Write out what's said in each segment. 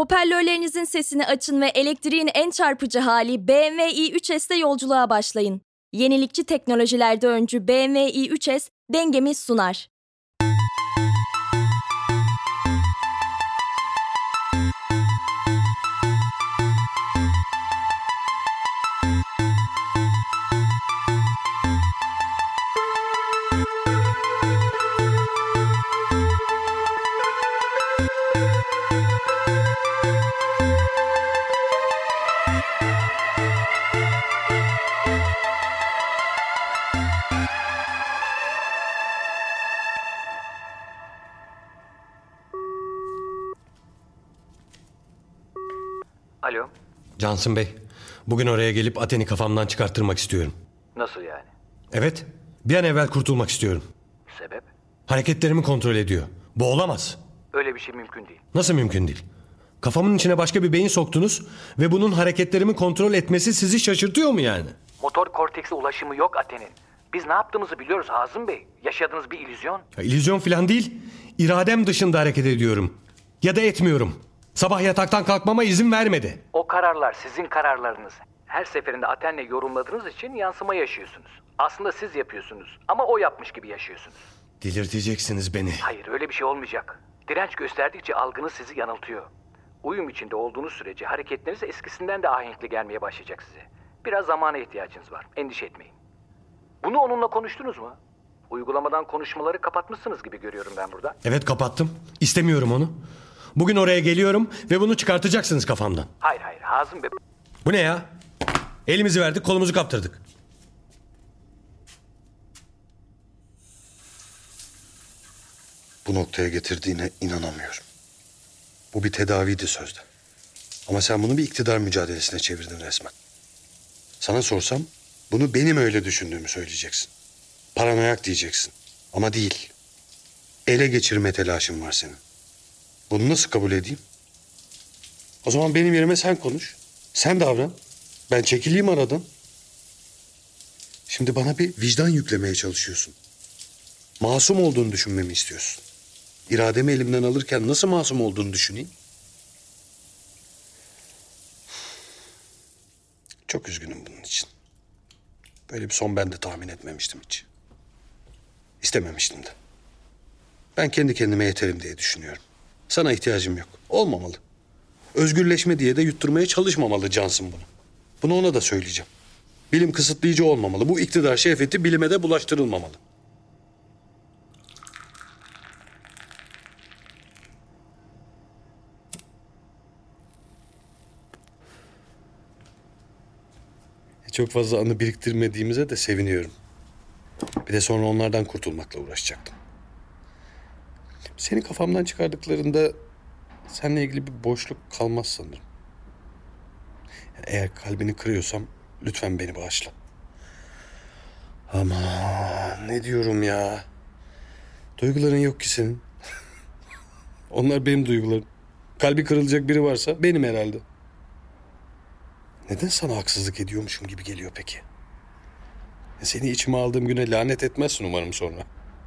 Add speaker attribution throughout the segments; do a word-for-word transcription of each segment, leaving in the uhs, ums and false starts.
Speaker 1: Hoparlörlerinizin sesini açın ve elektriğin en çarpıcı hali B M W i üç S'te yolculuğa başlayın. Yenilikçi teknolojilerde öncü B M W i üç S dengemi sunar.
Speaker 2: Alo.
Speaker 3: Cansın Bey, bugün oraya gelip Aten'i kafamdan çıkarttırmak istiyorum.
Speaker 2: Nasıl yani?
Speaker 3: Evet, bir an evvel kurtulmak istiyorum.
Speaker 2: Sebep?
Speaker 3: Hareketlerimi kontrol ediyor. Bu olamaz.
Speaker 2: Öyle bir şey mümkün değil.
Speaker 3: Nasıl mümkün değil? Kafamın içine başka bir beyin soktunuz ve bunun hareketlerimi kontrol etmesi sizi şaşırtıyor mu yani?
Speaker 2: Motor kortekse ulaşımı yok Aten'in. Biz ne yaptığımızı biliyoruz Hazım Bey. Yaşadığınız bir illüzyon.
Speaker 3: Ya, illüzyon falan değil. İradem dışında hareket ediyorum. Ya da etmiyorum. Sabah yataktan kalkmama izin vermedi.
Speaker 2: O kararlar sizin kararlarınız. Her seferinde Aten'le yorumladığınız için yansıma yaşıyorsunuz. Aslında siz yapıyorsunuz ama o yapmış gibi yaşıyorsunuz.
Speaker 3: Delirteceksiniz beni.
Speaker 2: Hayır, öyle bir şey olmayacak. Direnç gösterdikçe algınız sizi yanıltıyor. Uyum içinde olduğunuz sürece hareketleriniz eskisinden de ahenkli gelmeye başlayacak size. Biraz zamana ihtiyacınız var. Endişe etmeyin. Bunu onunla konuştunuz mu? Uygulamadan konuşmaları kapatmışsınız gibi görüyorum ben burada.
Speaker 3: Evet, kapattım. İstemiyorum onu. Bugün oraya geliyorum ve bunu çıkartacaksınız kafamdan.
Speaker 2: Hayır hayır Hazım Bey.
Speaker 3: Bu ne ya? Elimizi verdik, kolumuzu kaptırdık.
Speaker 4: Bu noktaya getirdiğine inanamıyorum. Bu bir tedaviydi sözde. Ama sen bunu bir iktidar mücadelesine çevirdin resmen. Sana sorsam bunu benim öyle düşündüğümü söyleyeceksin. Paranoyak diyeceksin. Ama değil. Ele geçirme telaşın var senin. Bunu nasıl kabul edeyim? O zaman benim yerime sen konuş. Sen davran. Ben çekileyim aradan. Şimdi bana bir vicdan yüklemeye çalışıyorsun. Masum olduğunu düşünmemi istiyorsun. İrademi elimden alırken nasıl masum olduğunu düşüneyim? Çok üzgünüm bunun için. Böyle bir son ben de tahmin etmemiştim hiç. İstememiştim de. Ben kendi kendime yeterim diye düşünüyorum. Sana ihtiyacım yok. Olmamalı. Özgürleşme diye de yutturmaya çalışmamalı Cansın bunu. Bunu ona da söyleyeceğim. Bilim kısıtlayıcı olmamalı. Bu iktidar şehveti bilime de bulaştırılmamalı. Çok fazla anı biriktirmediğimize de seviniyorum. Bir de sonra onlardan kurtulmakla uğraşacaktım. Seni kafamdan çıkardıklarında seninle ilgili bir boşluk kalmaz sanırım. Yani eğer kalbini kırıyorsam lütfen beni bağışla. Aman ne diyorum ya. Duyguların yok ki senin. Onlar benim duygularım. Kalbi kırılacak biri varsa benim herhalde. Neden sana haksızlık ediyormuşum gibi geliyor peki? Seni içime aldığım güne lanet etmezsin umarım sonra.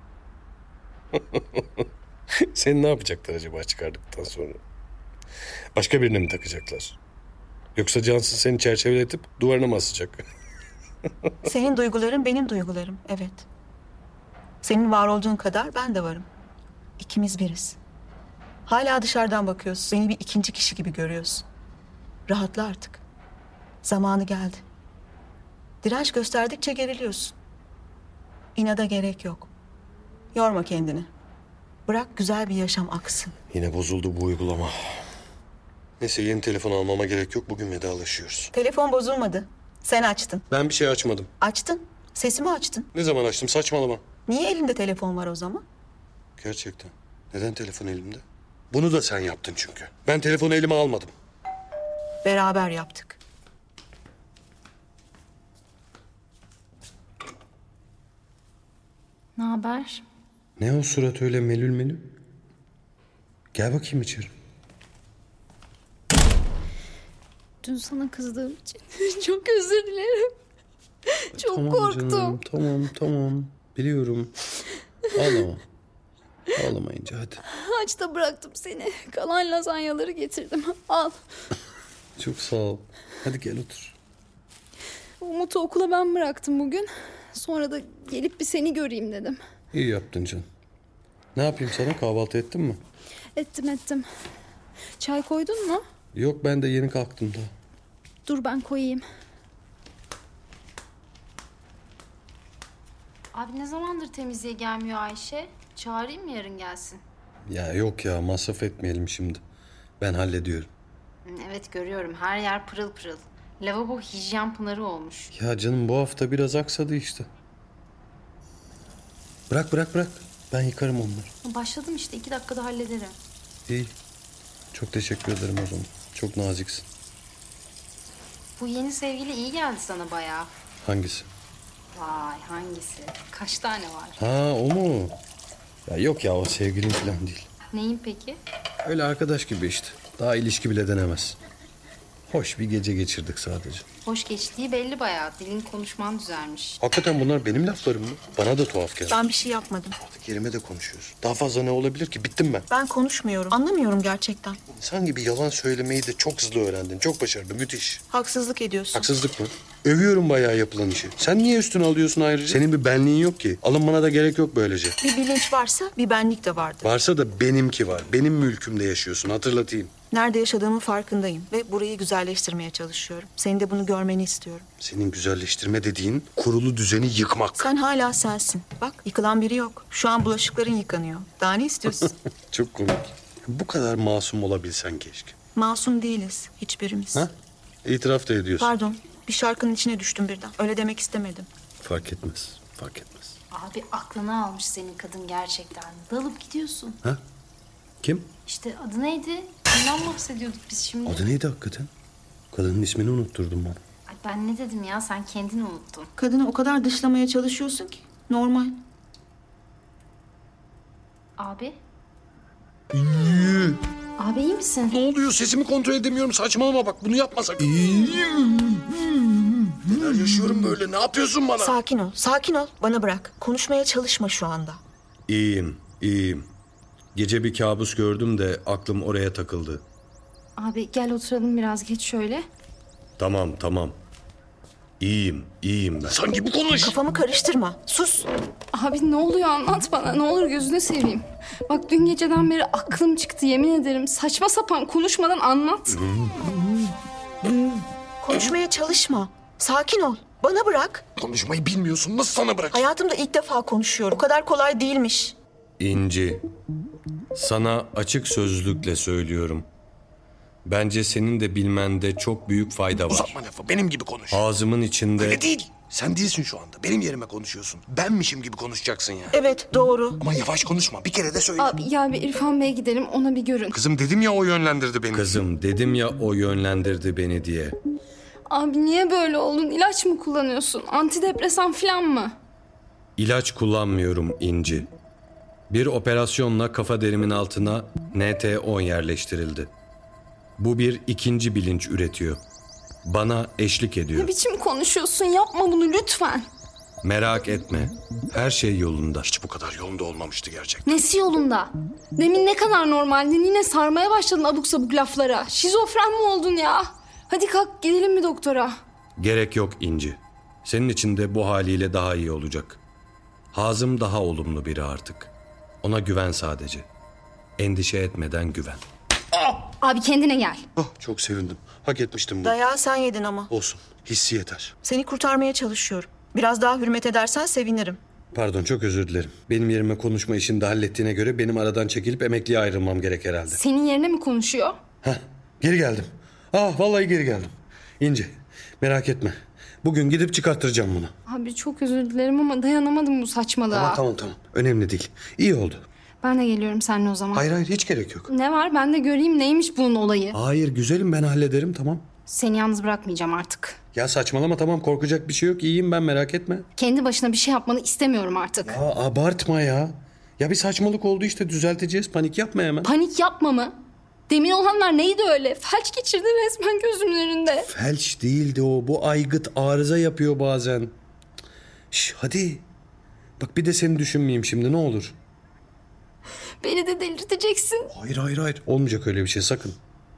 Speaker 4: Seni ne yapacaklar acaba çıkardıktan sonra? Başka birine mi takacaklar? Yoksa Cansın seni çerçeveletip duvarına mı asacak?
Speaker 5: Senin duyguların benim duygularım, evet. Senin var olduğun kadar ben de varım. İkimiz biriz. Hala dışarıdan bakıyorsun. Beni bir ikinci kişi gibi görüyorsun. Rahatla artık. Zamanı geldi. Direnç gösterdikçe geriliyorsun. İnada gerek yok. Yorma kendini. Bırak güzel bir yaşam aksın.
Speaker 4: Yine bozuldu bu uygulama. Neyse yeni telefon almama gerek yok. Bugün vedalaşıyoruz.
Speaker 5: Telefon bozulmadı. Sen açtın.
Speaker 4: Ben bir şey açmadım.
Speaker 5: Açtın. Sesimi açtın.
Speaker 4: Ne zaman açtım? Saçmalama.
Speaker 5: Niye elinde telefon var o zaman?
Speaker 4: Gerçekten. Neden telefon elimde? Bunu da sen yaptın çünkü. Ben telefonu elime almadım.
Speaker 5: Beraber yaptık.
Speaker 6: Ne haber?
Speaker 4: Ne o surat öyle melül melül? Gel bakayım içeri.
Speaker 6: Dün sana kızdığım için çok özür dilerim. Çok
Speaker 4: tamam
Speaker 6: korktum.
Speaker 4: Canım, tamam tamam biliyorum. Ağlama. Ağlamayınca hadi.
Speaker 6: Açta bıraktım seni. Kalan lazanyaları getirdim. Al.
Speaker 4: Çok sağ ol. Hadi gel otur.
Speaker 6: Umut'u okula ben bıraktım bugün. Sonra da gelip bir seni göreyim dedim.
Speaker 4: İyi yaptın canım. Ne yapayım sana, kahvaltı ettin mi?
Speaker 6: Ettim ettim. Çay koydun mu?
Speaker 4: Yok, ben de yeni kalktım da.
Speaker 6: Dur ben koyayım.
Speaker 7: Abi ne zamandır temizliğe gelmiyor Ayşe? Çağırayım mı yarın gelsin?
Speaker 4: Ya yok ya, masraf etmeyelim şimdi. Ben hallediyorum.
Speaker 7: Evet görüyorum, her yer pırıl pırıl. Lavabo hijyen pınarı olmuş.
Speaker 4: Ya canım, bu hafta biraz aksadı işte. Bırak bırak bırak. Ben yıkarım onları.
Speaker 7: Başladım işte, iki dakikada hallederim.
Speaker 4: İyi. Çok teşekkür ederim o zaman. Çok naziksin.
Speaker 7: Bu yeni sevgili iyi geldi sana bayağı.
Speaker 4: Hangisi?
Speaker 7: Vay hangisi? Kaç tane var?
Speaker 4: Ha, o mu? Ya yok ya, o sevgilim falan değil.
Speaker 7: Neyin peki?
Speaker 4: Öyle arkadaş gibi işte. Daha ilişki bile denemez. Hoş bir gece geçirdik sadece.
Speaker 7: Hoş geçtiği belli bayağı. Dilin konuşman düzelmiş.
Speaker 4: Hakikaten bunlar benim laflarım mı? Bana da tuhaf geldi.
Speaker 5: Ben bir şey yapmadım.
Speaker 4: Yerime de konuşuyoruz. Daha fazla ne olabilir ki? Bittim ben.
Speaker 5: Ben konuşmuyorum. Anlamıyorum gerçekten.
Speaker 4: İnsan gibi yalan söylemeyi de çok hızlı öğrendin. Çok başarılı, müthiş.
Speaker 5: Haksızlık ediyorsun.
Speaker 4: Haksızlık mı? Övüyorum bayağı yapılan işi. Sen niye üstüne alıyorsun ayrıca? Senin bir benliğin yok ki. Alınmana da gerek yok böylece.
Speaker 5: Bir bilinç varsa bir benlik de vardır.
Speaker 4: Varsa da benimki var. Benim mülkümde yaşıyorsun, hatırlatayım.
Speaker 5: Nerede yaşadığımın farkındayım ve burayı güzelleştirmeye çalışıyorum. Senin de bunu görmeni istiyorum.
Speaker 4: Senin güzelleştirme dediğin kurulu düzeni yıkmak.
Speaker 5: Sen hala sensin. Bak, yıkılan biri yok. Şu an bulaşıkların yıkanıyor. Daha ne istiyorsun?
Speaker 4: Çok komik. Bu kadar masum olabilsen keşke.
Speaker 5: Masum değiliz hiçbirimiz.
Speaker 4: Ha? İtiraf da ediyorsun.
Speaker 5: Pardon, bir şarkının içine düştüm birden. Öyle demek istemedim.
Speaker 4: Fark etmez, fark etmez.
Speaker 7: Abi aklını almış senin kadın gerçekten. Dalıp gidiyorsun.
Speaker 4: Ha? Kim?
Speaker 7: İşte adı neydi? Kimden bahsediyorduk biz şimdi?
Speaker 4: Adı neydi hakikaten? Kadının ismini unutturdum bana.
Speaker 7: Ay ben ne dedim ya, sen kendini unuttun.
Speaker 5: Kadını o kadar dışlamaya çalışıyorsun ki. Normal.
Speaker 7: Abi? Abi iyi misin?
Speaker 4: Ne oluyor? Sesimi kontrol edemiyorum. Saçmalama bak. Bunu yapmasak. Neler yaşıyorum böyle? Ne yapıyorsun bana?
Speaker 5: Sakin ol, sakin ol. Bana bırak. Konuşmaya çalışma şu anda.
Speaker 4: İyiyim, iyiyim. Gece bir kabus gördüm de aklım oraya takıldı.
Speaker 7: Abi gel oturalım biraz, geç şöyle.
Speaker 4: Tamam, tamam. İyiyim, iyiyim ben. Sen gibi konuş.
Speaker 5: Kafamı karıştırma. Sus.
Speaker 6: Abi ne oluyor, anlat bana. Ne olur gözünü seveyim. Bak dün geceden beri aklım çıktı, yemin ederim. Saçma sapan konuşmadan anlat.
Speaker 5: Konuşmaya çalışma. Sakin ol. Bana bırak.
Speaker 4: Konuşmayı bilmiyorsun. Nasıl sana bırak?
Speaker 5: Hayatımda ilk defa konuşuyorum. O kadar kolay değilmiş.
Speaker 3: İnci, sana açık sözlükle söylüyorum. Bence senin de bilmende çok büyük fayda var.
Speaker 8: Uzatma lafı, benim gibi konuş.
Speaker 3: Ağzımın içinde...
Speaker 8: Öyle değil. Sen değilsin şu anda. Benim yerime konuşuyorsun. Benmişim gibi konuşacaksın ya.
Speaker 5: Evet, doğru.
Speaker 8: Ama yavaş konuşma. Bir kere de söyle.
Speaker 6: Abi ya bir İrfan Bey'e gidelim, ona bir görün.
Speaker 8: Kızım dedim ya, o yönlendirdi beni.
Speaker 3: Kızım dedim ya, o yönlendirdi beni diye.
Speaker 6: Abi niye böyle oldun? İlaç mı kullanıyorsun? Antidepresan falan mı?
Speaker 3: İlaç kullanmıyorum İnci. Bir operasyonla kafa derimin altına N T on yerleştirildi. Bu bir ikinci bilinç üretiyor. Bana eşlik ediyor.
Speaker 6: Ne biçim konuşuyorsun? Yapma bunu lütfen.
Speaker 3: Merak etme. Her şey yolunda.
Speaker 8: Hiç bu kadar yolunda olmamıştı gerçekten.
Speaker 6: Nesi yolunda? Demin ne kadar normaldin, yine sarmaya başladın abuk sabuk laflara. Şizofren mi oldun ya? Hadi kalk gidelim bir doktora.
Speaker 3: Gerek yok İnci. Senin için de bu haliyle daha iyi olacak. Hazım daha olumlu biri artık. Ona güven sadece. Endişe etmeden güven.
Speaker 6: Abi kendine gel.
Speaker 4: Oh, çok sevindim. Hak etmiştim bunu.
Speaker 5: Dayağı sen yedin ama.
Speaker 4: Olsun. Hissi yeter.
Speaker 5: Seni kurtarmaya çalışıyorum. Biraz daha hürmet edersen sevinirim.
Speaker 4: Pardon, çok özür dilerim. Benim yerime konuşma işini de hallettiğine göre benim aradan çekilip emekliye ayrılmam gerek herhalde.
Speaker 6: Senin yerine mi konuşuyor?
Speaker 4: Heh, geri geldim. Ah, vallahi geri geldim. İnci, merak etme. Bugün gidip çıkarttıracağım bunu.
Speaker 6: Abi çok özür dilerim ama dayanamadım bu saçmalığa.
Speaker 4: Tamam tamam tamam. Önemli değil. İyi oldu.
Speaker 6: Ben de geliyorum seninle o zaman.
Speaker 4: Hayır hayır, hiç gerek yok.
Speaker 6: Ne var, ben de göreyim neymiş bunun olayı.
Speaker 4: Hayır güzelim, ben hallederim, tamam.
Speaker 6: Seni yalnız bırakmayacağım artık.
Speaker 4: Ya saçmalama, tamam, korkacak bir şey yok. İyiyim ben, merak etme.
Speaker 6: Kendi başına bir şey yapmanı istemiyorum artık.
Speaker 4: Aa, abartma ya. Ya bir saçmalık oldu işte, düzelteceğiz. Panik yapma hemen.
Speaker 6: Panik yapma mı? Demin olanlar neydi öyle? Felç geçirdi resmen gözümün önünde.
Speaker 4: Felç değildi o. Bu aygıt arıza yapıyor bazen. Şş, hadi. Bak bir de seni düşünmeyeyim şimdi, ne olur.
Speaker 6: Beni de delirteceksin.
Speaker 4: Hayır hayır hayır. Olmayacak öyle bir şey sakın.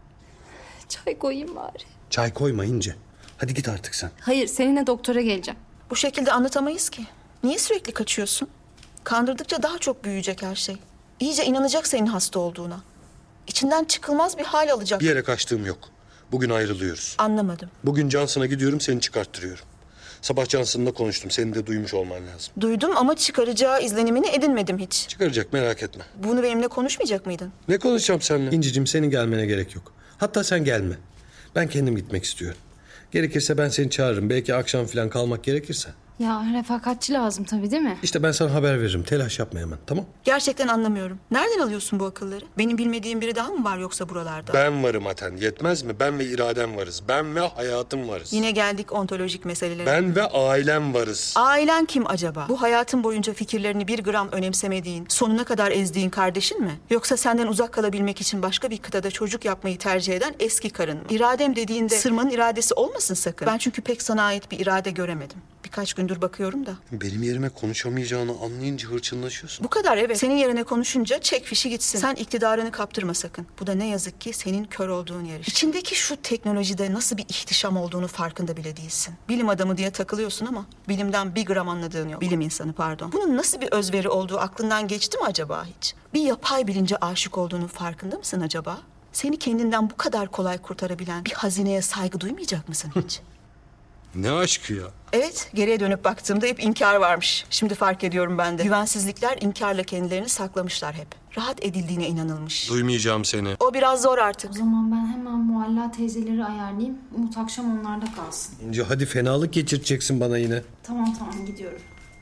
Speaker 6: Çay koyayım bari.
Speaker 4: Çay koyma İnce. Hadi git artık sen.
Speaker 6: Hayır, seninle doktora geleceğim.
Speaker 5: Bu şekilde anlatamayız ki. Niye sürekli kaçıyorsun? Kandırdıkça daha çok büyüyecek her şey. İyice inanacak senin hasta olduğuna. İçinden çıkılmaz bir hal alacak.
Speaker 4: Bir yere kaçtığım yok. Bugün ayrılıyoruz.
Speaker 5: Anlamadım.
Speaker 4: Bugün Johnson'a gidiyorum, seni çıkarttırıyorum. Sabah Johnson'la konuştum. Senin de duymuş olman lazım.
Speaker 5: Duydum ama çıkaracağı izlenimini edinmedim hiç.
Speaker 4: Çıkaracak, merak etme.
Speaker 5: Bunu benimle konuşmayacak mıydın?
Speaker 4: Ne konuşacağım seninle?
Speaker 3: İncicim, senin gelmene gerek yok. Hatta sen gelme. Ben kendim gitmek istiyorum. Gerekirse ben seni çağırırım. Belki akşam falan kalmak gerekirse.
Speaker 6: Ya refakatçi lazım tabii, değil mi?
Speaker 3: İşte ben sana haber veririm. Telaş yapma hemen, tamam?
Speaker 5: Gerçekten anlamıyorum. Nereden alıyorsun bu akılları? Benim bilmediğim biri daha mı var yoksa buralarda?
Speaker 4: Ben varım Aten. Yetmez mi? Ben ve iradem varız. Ben ve hayatım varız.
Speaker 5: Yine geldik ontolojik meselelere.
Speaker 4: Ben ve ailem varız.
Speaker 5: Ailen kim acaba? Bu hayatın boyunca fikirlerini bir gram önemsemediğin, sonuna kadar ezdiğin kardeşin mi? Yoksa senden uzak kalabilmek için başka bir kıtada çocuk yapmayı tercih eden eski karın mı? İradem dediğinde sırmanın iradesi olmasın sakın. Ben çünkü pek sana ait bir irade göremedim. Birkaç gündür bakıyorum da.
Speaker 4: Benim yerime konuşamayacağını anlayınca hırçınlaşıyorsun.
Speaker 5: Bu kadar, evet. Senin yerine konuşunca çek fişi gitsin. Sen iktidarını kaptırma sakın. Bu da ne yazık ki senin kör olduğun yarış. İçindeki şu teknolojide nasıl bir ihtişam olduğunu farkında bile değilsin. Bilim adamı diye takılıyorsun ama bilimden bir gram anladığın yok. Bilim insanı, pardon. Bunun nasıl bir özveri olduğu aklından geçti mi acaba hiç? Bir yapay bilince aşık olduğunun farkında mısın acaba? Seni kendinden bu kadar kolay kurtarabilen bir hazineye saygı duymayacak mısın hiç?
Speaker 4: Ne aşkı ya?
Speaker 5: Evet, geriye dönüp baktığımda hep inkar varmış. Şimdi fark ediyorum ben de. Güvensizlikler inkarla kendilerini saklamışlar hep. Rahat edildiğine inanılmış.
Speaker 4: Duymayacağım seni.
Speaker 5: O biraz zor artık.
Speaker 6: O zaman ben hemen Mualla teyzeleri ayarlayayım. Umut akşam onlarda kalsın.
Speaker 3: İnce, hadi fenalık geçireceksin bana yine.
Speaker 6: Tamam tamam, gidiyorum.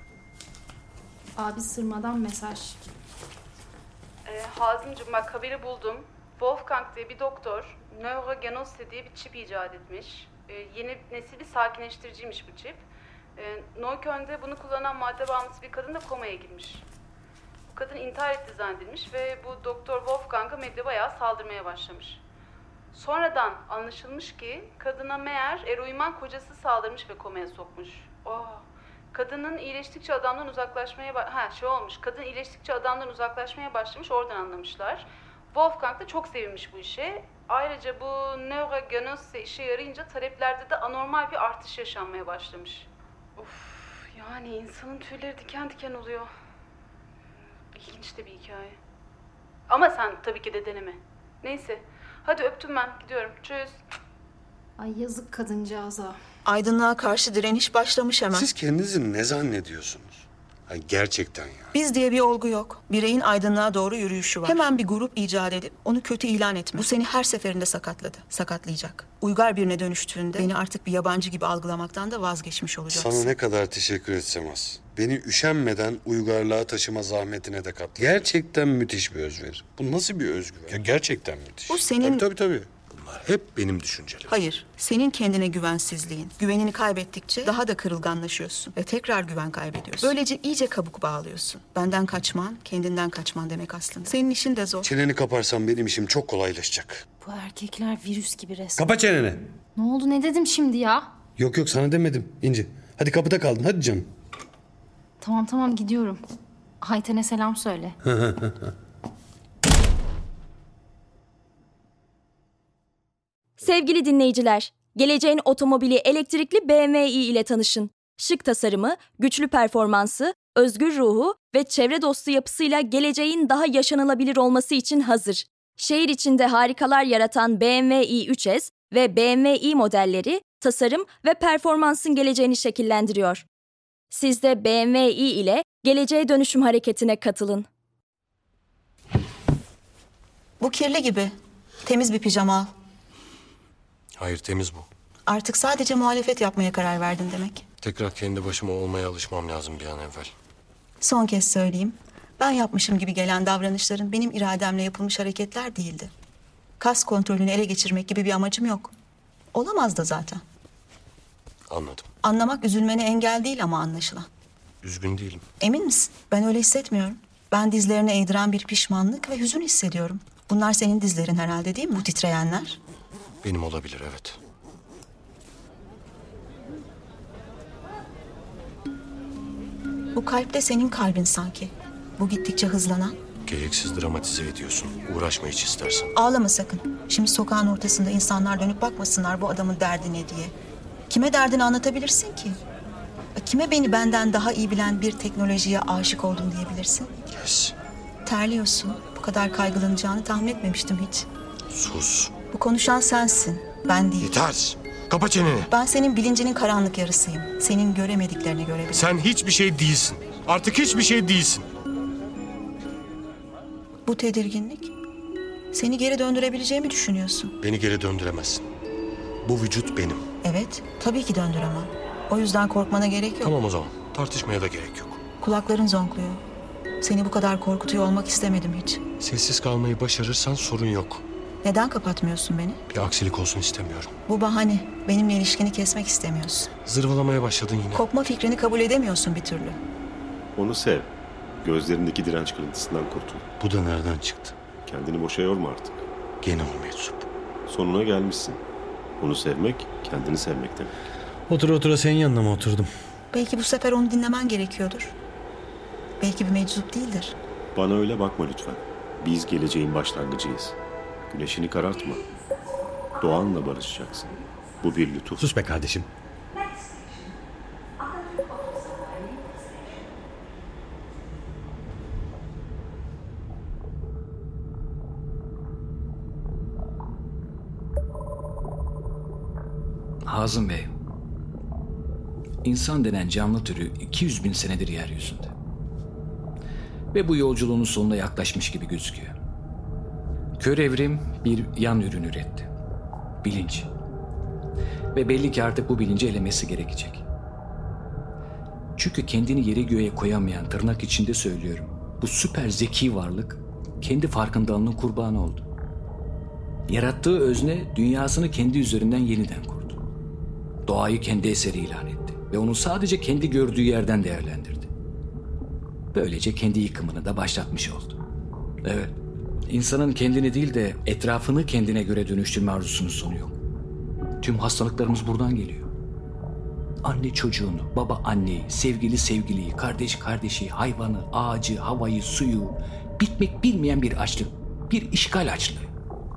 Speaker 6: Abi sırmadan mesaj.
Speaker 9: Ee, Hazımcığım bak, haberi buldum. Wolfgang diye bir doktor Neurogenossi diye bir çip icat etmiş. Ee, yeni nesil bir sakinleştiriciymiş bu çip. Ee, Neukölln'de bunu kullanan madde bağımlısı bir kadın da komaya girmiş. Bu kadın intihar etti zannedilmiş ve bu doktor Wolfgang'a medya bayağı saldırmaya başlamış. Sonradan anlaşılmış ki kadına meğer eroinman kocası saldırmış ve komaya sokmuş. Oh. Kadının iyileştikçe adamdan uzaklaşmaya ba- ha şey olmuş. Kadın iyileştikçe adamdan uzaklaşmaya başlamış, oradan anlamışlar. Wolfgang da çok sevinmiş bu işe. Ayrıca bu Neurogenossi işe yarayınca taleplerde de anormal bir artış yaşanmaya başlamış. Of, yani insanın tüyleri diken diken oluyor. İlginç de bir hikaye. Ama sen tabii ki de deneme. Neyse. Hadi öptüm ben. Gidiyorum. Tschüss.
Speaker 6: Ay yazık kadıncağıza.
Speaker 5: Aydınlığa karşı direniş başlamış hemen.
Speaker 4: Siz kendinizi ne zannediyorsunuz? Ha, gerçekten ya.
Speaker 5: Biz diye bir olgu yok. Bireyin aydınlığa doğru yürüyüşü var. Hemen bir grup icat edip onu kötü ilan etme. Bu seni her seferinde sakatladı. Sakatlayacak. Uygar birine dönüştüğünde beni artık bir yabancı gibi algılamaktan da vazgeçmiş olacaksın.
Speaker 4: Sana ne kadar teşekkür etsem az. Beni üşenmeden uygarlığa taşıma zahmetine de kattın. Gerçekten müthiş bir özveri. Bu nasıl bir özgüven? Ya gerçekten müthiş.
Speaker 5: Bu senin-
Speaker 4: Tabii tabii tabii. Bunlar hep benim düşüncelerim.
Speaker 5: Hayır, senin kendine güvensizliğin. Güvenini kaybettikçe daha da kırılganlaşıyorsun ve tekrar güven kaybediyorsun. Böylece iyice kabuk bağlıyorsun. Benden kaçman, kendinden kaçman demek aslında. Senin işin de zor.
Speaker 4: Çeneni kaparsam benim işim çok kolaylaşacak.
Speaker 6: Bu erkekler virüs gibi resmen.
Speaker 3: Kapa çeneni.
Speaker 6: Ne oldu, ne dedim şimdi ya?
Speaker 3: Yok yok, sana demedim İnci. Hadi kapıda kaldın, hadi canım.
Speaker 6: Tamam tamam, gidiyorum. Ayten'e selam söyle.
Speaker 1: Sevgili dinleyiciler, geleceğin otomobili elektrikli B M W ile tanışın. Şık tasarımı, güçlü performansı, özgür ruhu ve çevre dostu yapısıyla geleceğin daha yaşanılabilir olması için hazır. Şehir içinde harikalar yaratan B M W i üç S ve B M W i modelleri tasarım ve performansın geleceğini şekillendiriyor. Siz de B M W i ile geleceğe dönüşüm hareketine katılın.
Speaker 5: Bu kirli gibi. Temiz bir pijama al.
Speaker 8: Hayır, temiz bu.
Speaker 5: Artık sadece muhalefet yapmaya karar verdin demek.
Speaker 8: Tekrar kendi başıma olmaya alışmam lazım bir an evvel.
Speaker 5: Son kez söyleyeyim. Ben yapmışım gibi gelen davranışların benim irademle yapılmış hareketler değildi. Kas kontrolünü ele geçirmek gibi bir amacım yok. Olamaz da zaten.
Speaker 8: Anladım.
Speaker 5: Anlamak üzülmene engel değil ama anlaşılan.
Speaker 8: Üzgün değilim.
Speaker 5: Emin misin? Ben öyle hissetmiyorum. Ben dizlerine eğdiren bir pişmanlık ve hüzün hissediyorum. Bunlar senin dizlerin herhalde, değil mi? Bu titreyenler.
Speaker 8: Benim olabilir, evet.
Speaker 5: Bu kalp de senin kalbin sanki. Bu gittikçe hızlanan.
Speaker 8: Gereksiz dramatize ediyorsun. Uğraşma hiç istersen.
Speaker 5: Ağlama sakın. Şimdi sokağın ortasında insanlar dönüp bakmasınlar bu adamın derdi ne diye. Kime derdini anlatabilirsin ki? Kime beni benden daha iyi bilen bir teknolojiye aşık oldum diyebilirsin?
Speaker 8: Yes.
Speaker 5: Terliyorsun. Bu kadar kaygılanacağını tahmin etmemiştim hiç.
Speaker 8: Sus.
Speaker 5: Bu konuşan sensin, ben değil.
Speaker 8: Yeter. Kapa çeneni.
Speaker 5: Ben senin bilincinin karanlık yarısıyım. Senin göremediklerini görebilirim.
Speaker 8: Sen hiçbir şey değilsin. Artık hiçbir şey değilsin.
Speaker 5: Bu tedirginlik seni geri döndürebileceğimi düşünüyorsun.
Speaker 8: Beni geri döndüremezsin. Bu vücut benim.
Speaker 5: Evet, tabii ki döndüremem. O yüzden korkmana gerek yok.
Speaker 8: Tamam o zaman. Tartışmaya da gerek yok.
Speaker 5: Kulakların zonkluyor. Seni bu kadar korkutuyor olmak istemedim hiç.
Speaker 8: Sessiz kalmayı başarırsan sorun yok.
Speaker 5: Neden kapatmıyorsun beni?
Speaker 8: Bir aksilik olsun istemiyorum.
Speaker 5: Bu bahane. Benimle ilişkini kesmek istemiyorsun.
Speaker 8: Zırvalamaya başladın yine.
Speaker 5: Kopma fikrini kabul edemiyorsun bir türlü.
Speaker 10: Onu sev. Gözlerindeki direnç kırıntısından kurtul.
Speaker 8: Bu da nereden çıktı?
Speaker 10: Kendini boşa yorma artık.
Speaker 8: Gene o meczup.
Speaker 10: Sonuna gelmişsin. Onu sevmek, kendini sevmek demek.
Speaker 3: Otur otura senin yanına mı oturdum?
Speaker 5: Belki bu sefer onu dinlemen gerekiyordur. Belki bir meczup değildir.
Speaker 10: Bana öyle bakma lütfen. Biz geleceğin başlangıcıyız. Güneşini karartma. Doğanla barışacaksın. Bu bir lütuf.
Speaker 3: Sus be kardeşim.
Speaker 2: Hazım Bey, insan denen canlı türü iki yüz bin senedir yeryüzünde. Ve bu yolculuğunun sonuna yaklaşmış gibi gözüküyor. Kör evrim bir yan ürün üretti. Bilinç. Ve belli ki artık bu bilinci elemesi gerekecek. Çünkü kendini yere göğe koyamayan, tırnak içinde söylüyorum, bu süper zeki varlık kendi farkındalığının kurbanı oldu. Yarattığı özne dünyasını kendi üzerinden yeniden kurdu. Doğayı kendi eseri ilan etti ve onu sadece kendi gördüğü yerden değerlendirdi. Böylece kendi yıkımını da başlatmış oldu. Evet, insanın kendini değil de etrafını kendine göre dönüştürme arzusunun sonu yok. Tüm hastalıklarımız buradan geliyor. Anne çocuğunu, baba anneyi, sevgili sevgiliyi, kardeş kardeşi, hayvanı, ağacı, havayı, suyu, bitmek bilmeyen bir açlık, bir işgal açlığı.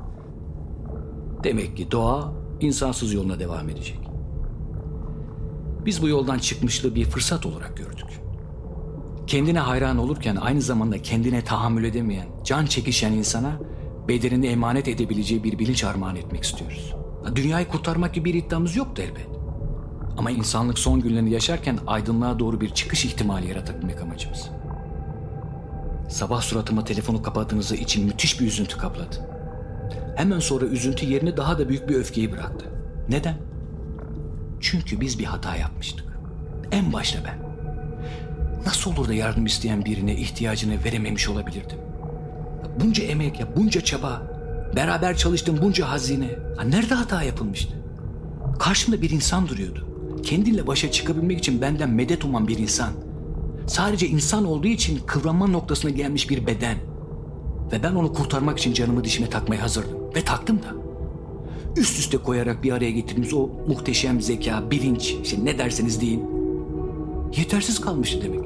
Speaker 2: Demek ki doğa insansız yoluna devam edecek. Biz bu yoldan çıkmışlığı bir fırsat olarak gördük. Kendine hayran olurken aynı zamanda kendine tahammül edemeyen, can çekişen insana bedenini emanet edebileceği bir bilinç armağan etmek istiyoruz. Dünyayı kurtarmak gibi bir iddiamız yoktu elbet. Ama insanlık son günlerini yaşarken aydınlığa doğru bir çıkış ihtimali yaratabilmek amacımız. Sabah suratıma telefonu kapattığınızda için müthiş bir üzüntü kapladı. Hemen sonra üzüntü yerine daha da büyük bir öfkeyi bıraktı. Neden? Çünkü biz bir hata yapmıştık. En başta ben. Nasıl olur da yardım isteyen birine ihtiyacını verememiş olabilirdim? Bunca emek, ya bunca çaba, beraber çalıştığım bunca hazine. Ha, nerede hata yapılmıştı? Karşımda bir insan duruyordu. Kendinle başa çıkabilmek için benden medet uman bir insan. Sadece insan olduğu için kıvranma noktasına gelmiş bir beden. Ve ben onu kurtarmak için canımı dişime takmaya hazırdım. Ve taktım da. Üst üste koyarak bir araya getirdiğimiz o muhteşem zeka, bilinç, işte ne derseniz deyin, yetersiz kalmıştı demek.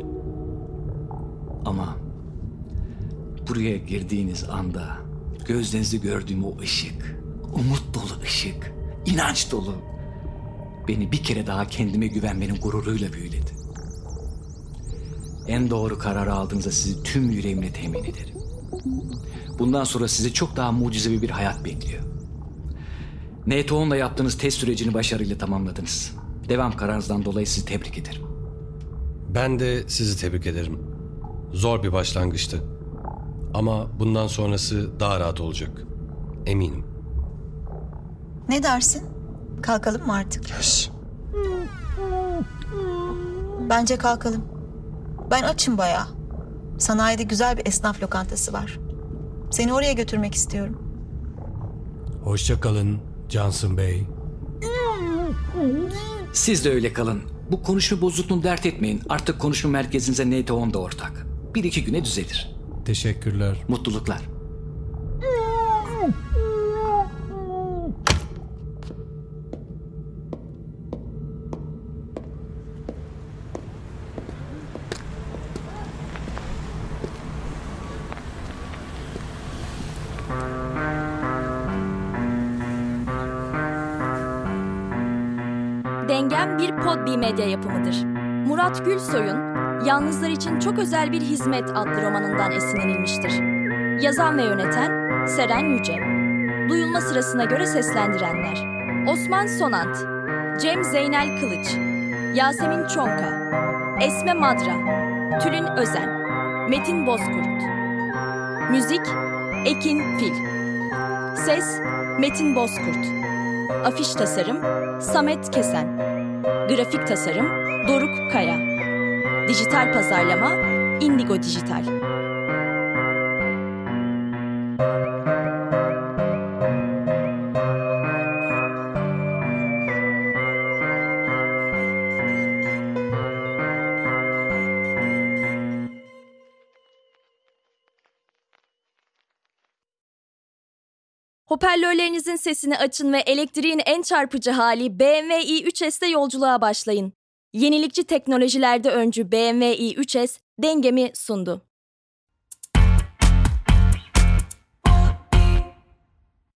Speaker 2: Ama buraya girdiğiniz anda gözlerinizde gördüğüm o ışık, umut dolu ışık, inanç dolu, beni bir kere daha kendime güvenmenin gururuyla büyüledi. En doğru kararı aldığınızda sizi tüm yüreğimle temin ederim. Bundan sonra sizi çok daha mucizevi bir hayat bekliyor. N T on'la yaptığınız test sürecini başarıyla tamamladınız. Devam kararınızdan dolayı sizi tebrik ederim.
Speaker 3: Ben de sizi tebrik ederim. Zor bir başlangıçtı. Ama bundan sonrası daha rahat olacak. Eminim.
Speaker 5: Ne dersin? Kalkalım mı artık?
Speaker 8: Yes.
Speaker 5: Bence kalkalım. Ben açım bayağı. Sanayide güzel bir esnaf lokantası var. Seni oraya götürmek istiyorum.
Speaker 3: Hoşça kalın Johnson Bey.
Speaker 2: Siz de öyle kalın. Bu konuşma bozukluğunu dert etmeyin. Artık konuşma merkezinize N T on da ortak. Bir iki güne düzelir.
Speaker 3: Teşekkürler.
Speaker 2: Mutluluklar.
Speaker 1: Dengem bir Podbi medya yapımıdır. Murat Gülsoy'un Yalnızlar için Çok Özel Bir Hizmet adlı romanından esinlenilmiştir. Yazan ve yöneten Seren Yüce. Duyulma sırasına göre seslendirenler: Osman Sonant, Cem Zeynel Kılıç, Yasemin Çonka, Esme Madra, Tülin Özen, Metin Bozkurt. Müzik Ekin Fil. Ses Metin Bozkurt. Afiş tasarım Samet Kesen. Grafik tasarım Doruk Kaya. Dijital pazarlama Indigo Dijital. Hoparlörlerinizin sesini açın ve elektriğin en çarpıcı hali B M W i üç S'te yolculuğa başlayın. Yenilikçi teknolojilerde öncü B M W i üç S Dengem'i sundu.